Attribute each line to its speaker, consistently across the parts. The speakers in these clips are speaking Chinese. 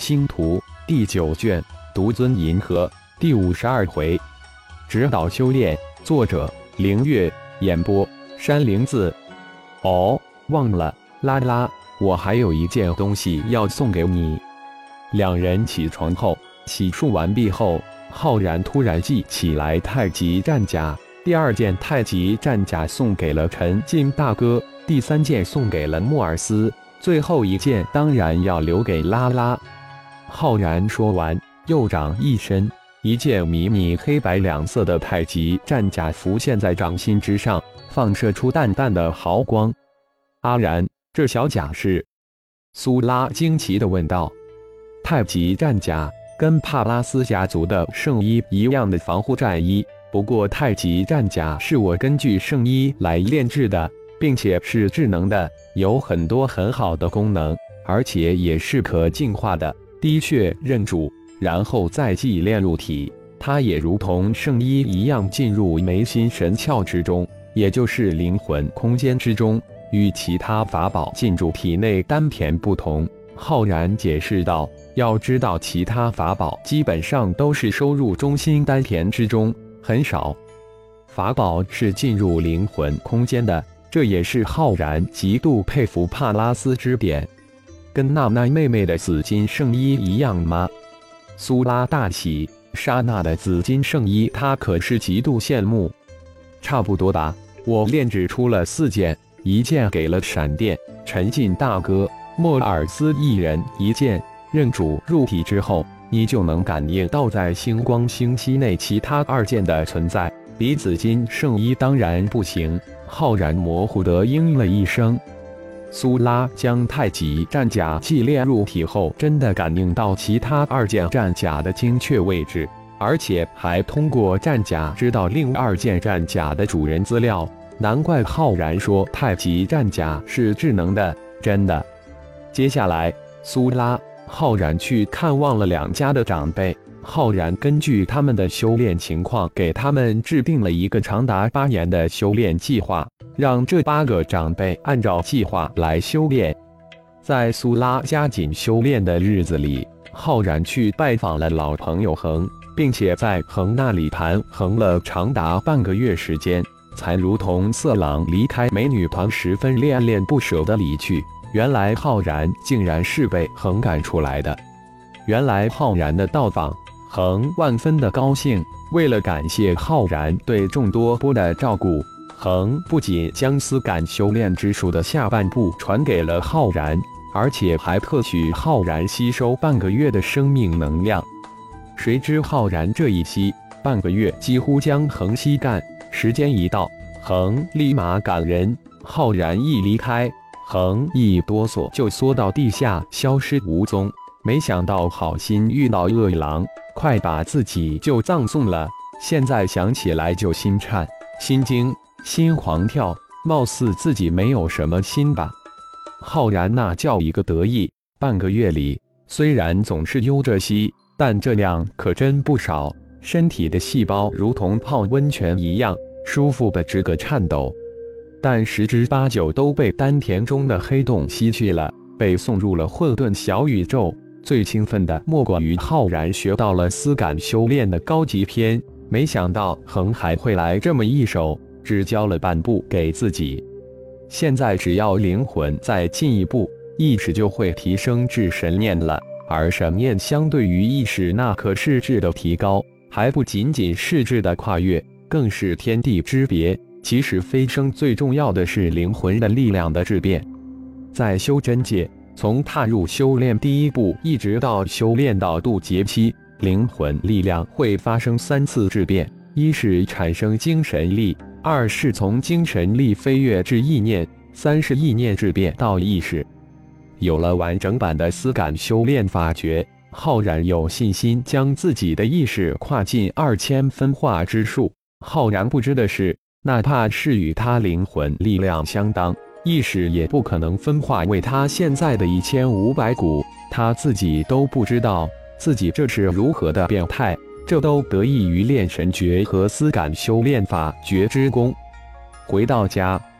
Speaker 1: 星图》第9卷，独尊银河第52回。指导修炼，作者凌月，演播山灵子。哦，忘了，拉拉，我还有一件东西要送给你。两人起床后，洗漱完毕后，浩然突然记起来太极战甲，第2件太极战甲送给了陈进大哥，第3件送给了莫尔斯，最后一件当然要留给拉拉。浩然说完，右掌一伸，一件迷你黑白两色的太极战甲浮现在掌心之上，放射出淡淡的毫光。阿然，这小甲是？苏拉惊奇地问道。太极战甲跟帕拉斯家族的圣衣一样的防护战衣，不过太极战甲是我根据圣衣来炼制的，并且是智能的，有很多很好的功能，而且也是可进化的。滴血认主，然后再祭炼入体，它也如同圣衣一样进入眉心神窍之中，也就是灵魂空间之中，与其他法宝进入体内丹田不同。浩然解释道，要知道其他法宝基本上都是收入中心丹田之中，很少法宝是进入灵魂空间的，这也是浩然极度佩服帕拉斯之点。跟娜娜妹妹的紫金圣衣一样吗？苏拉大喜，莎娜的紫金圣衣她可是极度羡慕。差不多吧，我炼制出了4件，1件给了闪电、陈进大哥、莫尔斯一人1件，认主入体之后，你就能感应到在星光星系内其他2件的存在，比紫金圣衣当然不行。浩然模糊地应了一声。苏拉将太极战甲祭炼入体后，真的感应到其他2件战甲的精确位置，而且还通过战甲知道另2件战甲的主人资料。难怪浩然说太极战甲是智能的，真的。接下来，苏拉、浩然去看望了2家的长辈。浩然根据他们的修炼情况，给他们制定了一个长达8年的修炼计划，让这8个长辈按照计划来修炼。在苏拉加紧修炼的日子里，浩然去拜访了老朋友恒，并且在恒那里盘衡了长达半个月时间，才如同色狼离开美女团，十分恋恋不舍地离去。原来浩然竟然是被恒赶出来的。原来浩然的到访，恒万分的高兴。为了感谢浩然对众多波的照顾，恒不仅将丝感修炼之术的下半部传给了浩然，而且还特许浩然吸收半个月的生命能量。谁知浩然这一吸，半个月几乎将恒吸干。时间一到，恒立马赶人。浩然一离开，恒一哆嗦就缩到地下，消失无踪。没想到好心遇到恶狼，快把自己就葬送了。现在想起来就心颤、心惊、心狂跳，貌似自己没有什么心吧。浩然那叫一个得意，半个月里虽然总是悠着吸，但这量可真不少，身体的细胞如同泡温泉一样，舒服的直个颤抖。但10之8九都被丹田中的黑洞吸去了，被送入了混沌小宇宙。最兴奋的莫过于浩然学到了丝感修炼的高级篇，没想到恒还会来这么一手，只教了半步给自己。现在只要灵魂再进一步，意识就会提升至神念了，而神念相对于意识那可是质的提高，还不仅仅是质的跨越，更是天地之别。其实飞升最重要的是灵魂的力量的质变。在修真界，从踏入修炼第一步一直到修炼到渡劫期，灵魂力量会发生3次质变：一是产生精神力，2是从精神力飞跃至意念，3是意念质变到意识。有了完整版的丝感修炼法诀，浩然有信心将自己的意识跨进2000分化之术。浩然不知的是，哪怕是与他灵魂力量相当，意识也不可能分化为他现在的1500股，他自己都不知道自己这是如何的变态，这都得益于炼神诀和丝感修炼法诀之功。回到家，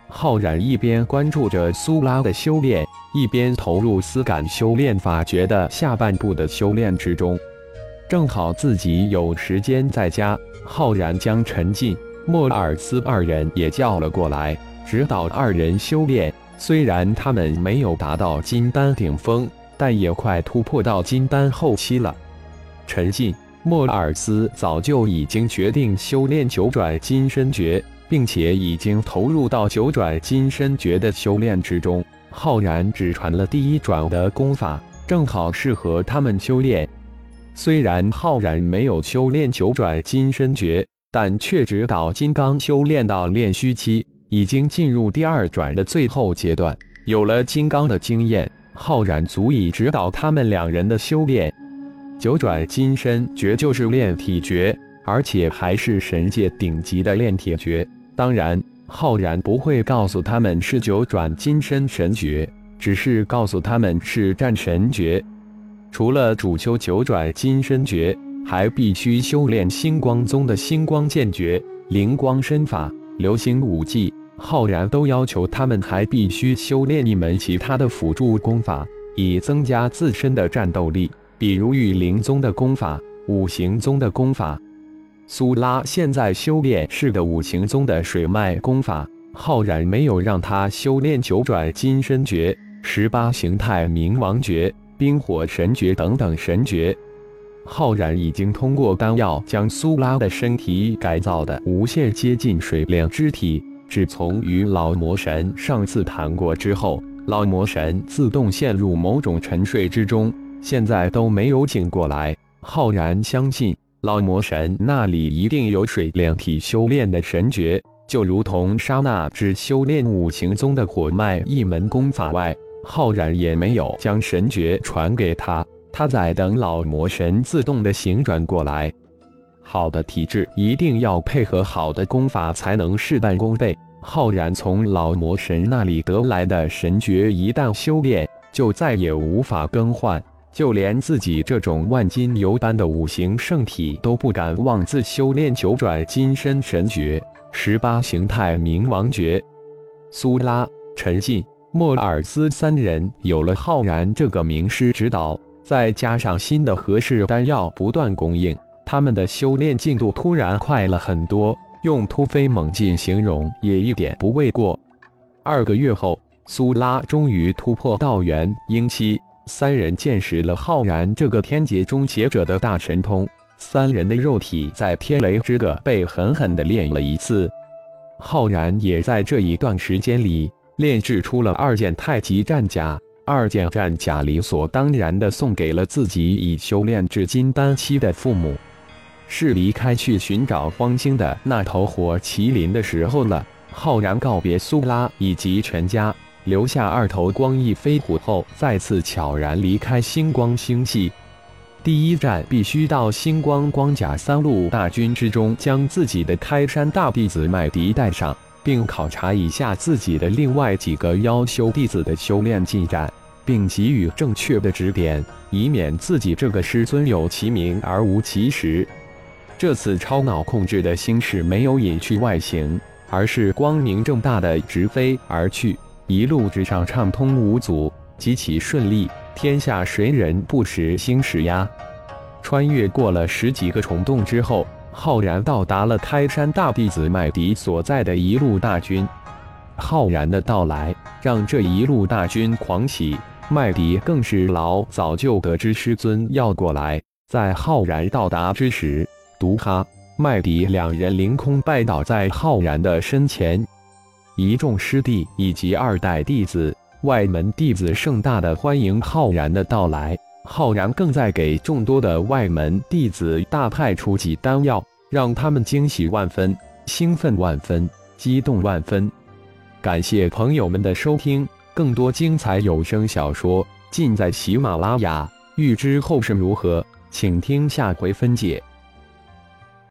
Speaker 1: 浩然一边关注着苏拉的修炼，一边投入丝感修炼法诀的下半部的修炼之中。正好自己有时间在家，浩然将陈进、莫尔斯二人也叫了过来，指导二人修炼。虽然他们没有达到金丹顶峰，但也快突破到金丹后期了。陈进、莫尔斯早就已经决定修炼九转金身诀，并且已经投入到九转金身诀的修炼之中。浩然只传了第一转的功法，正好适合他们修炼。虽然浩然没有修炼九转金身诀，但却指导金刚修炼到炼虚期，已经进入第二转的最后阶段。有了金刚的经验，浩然足以指导他们两人的修炼。九转金身诀就是炼体诀，而且还是神界顶级的炼体诀。当然，浩然不会告诉他们是九转金身神诀，只是告诉他们是战神诀。除了主修九转金身诀，还必须修炼星光宗的星光剑诀、灵光身法、流星武技。浩然都要求他们还必须修炼一门其他的辅助功法，以增加自身的战斗力，比如御灵宗的功法、五行宗的功法。苏拉现在修炼是个五行宗的水脉功法，浩然没有让他修炼九转金身诀、18形态冥王诀、冰火神诀等等神诀。浩然已经通过丹药将苏拉的身体改造的无限接近水炼之体。只从与老魔神上次谈过之后，老魔神自动陷入某种沉睡之中，现在都没有醒过来。浩然相信老魔神那里一定有水炼体修炼的神诀，就如同刹那只修炼五行宗的火脉一门功法外，浩然也没有将神诀传给他，他在等老魔神自动的醒转过来。好的体质一定要配合好的功法才能事半功倍。浩然从老魔神那里得来的神诀一旦修炼，就再也无法更换，就连自己这种万金油般的五行圣体都不敢妄自修炼九转金身神诀、18形态冥王诀。苏拉、陈进、莫尔斯三人有了浩然这个名师指导，再加上新的合适丹药不断供应，他们的修炼进度突然快了很多，用突飞猛进形容也一点不为过。2个月后，苏拉终于突破道元婴期，三人见识了浩然这个天劫终结者的大神通。三人的肉体在天雷之阁被狠狠地炼了一次，浩然也在这一段时间里炼制出了2件太极战甲。2件战甲理所当然地送给了自己已修炼至金丹期的父母。是离开去寻找荒星的那头火麒麟的时候了。浩然告别苏拉以及全家，留下2头光翼飞虎后，再次悄然离开星光星系。第一站必须到星光光甲3路大军之中，将自己的开山大弟子麦迪带上，并考察一下自己的另外几个妖修弟子的修炼进展，并给予正确的指点，以免自己这个师尊有其名而无其实。这次超脑控制的星矢没有隐去外形，而是光明正大的直飞而去，一路之上畅通无阻，极其顺利，天下谁人不识星矢呀？穿越过了10几个虫洞之后，浩然到达了开山大弟子麦迪所在的一路大军。浩然的到来让这一路大军狂喜，麦迪更是早就得知师尊要过来，在浩然到达之时，毒哈、麦迪2人凌空拜倒在浩然的身前。一众师弟以及2代弟子、外门弟子盛大的欢迎浩然的到来。浩然更在给众多的外门弟子大派出几丹药，让他们惊喜万分、兴奋万分、激动万分。感谢朋友们的收听，更多精彩有声小说尽在喜马拉雅。欲知后事如何，请听下回分解。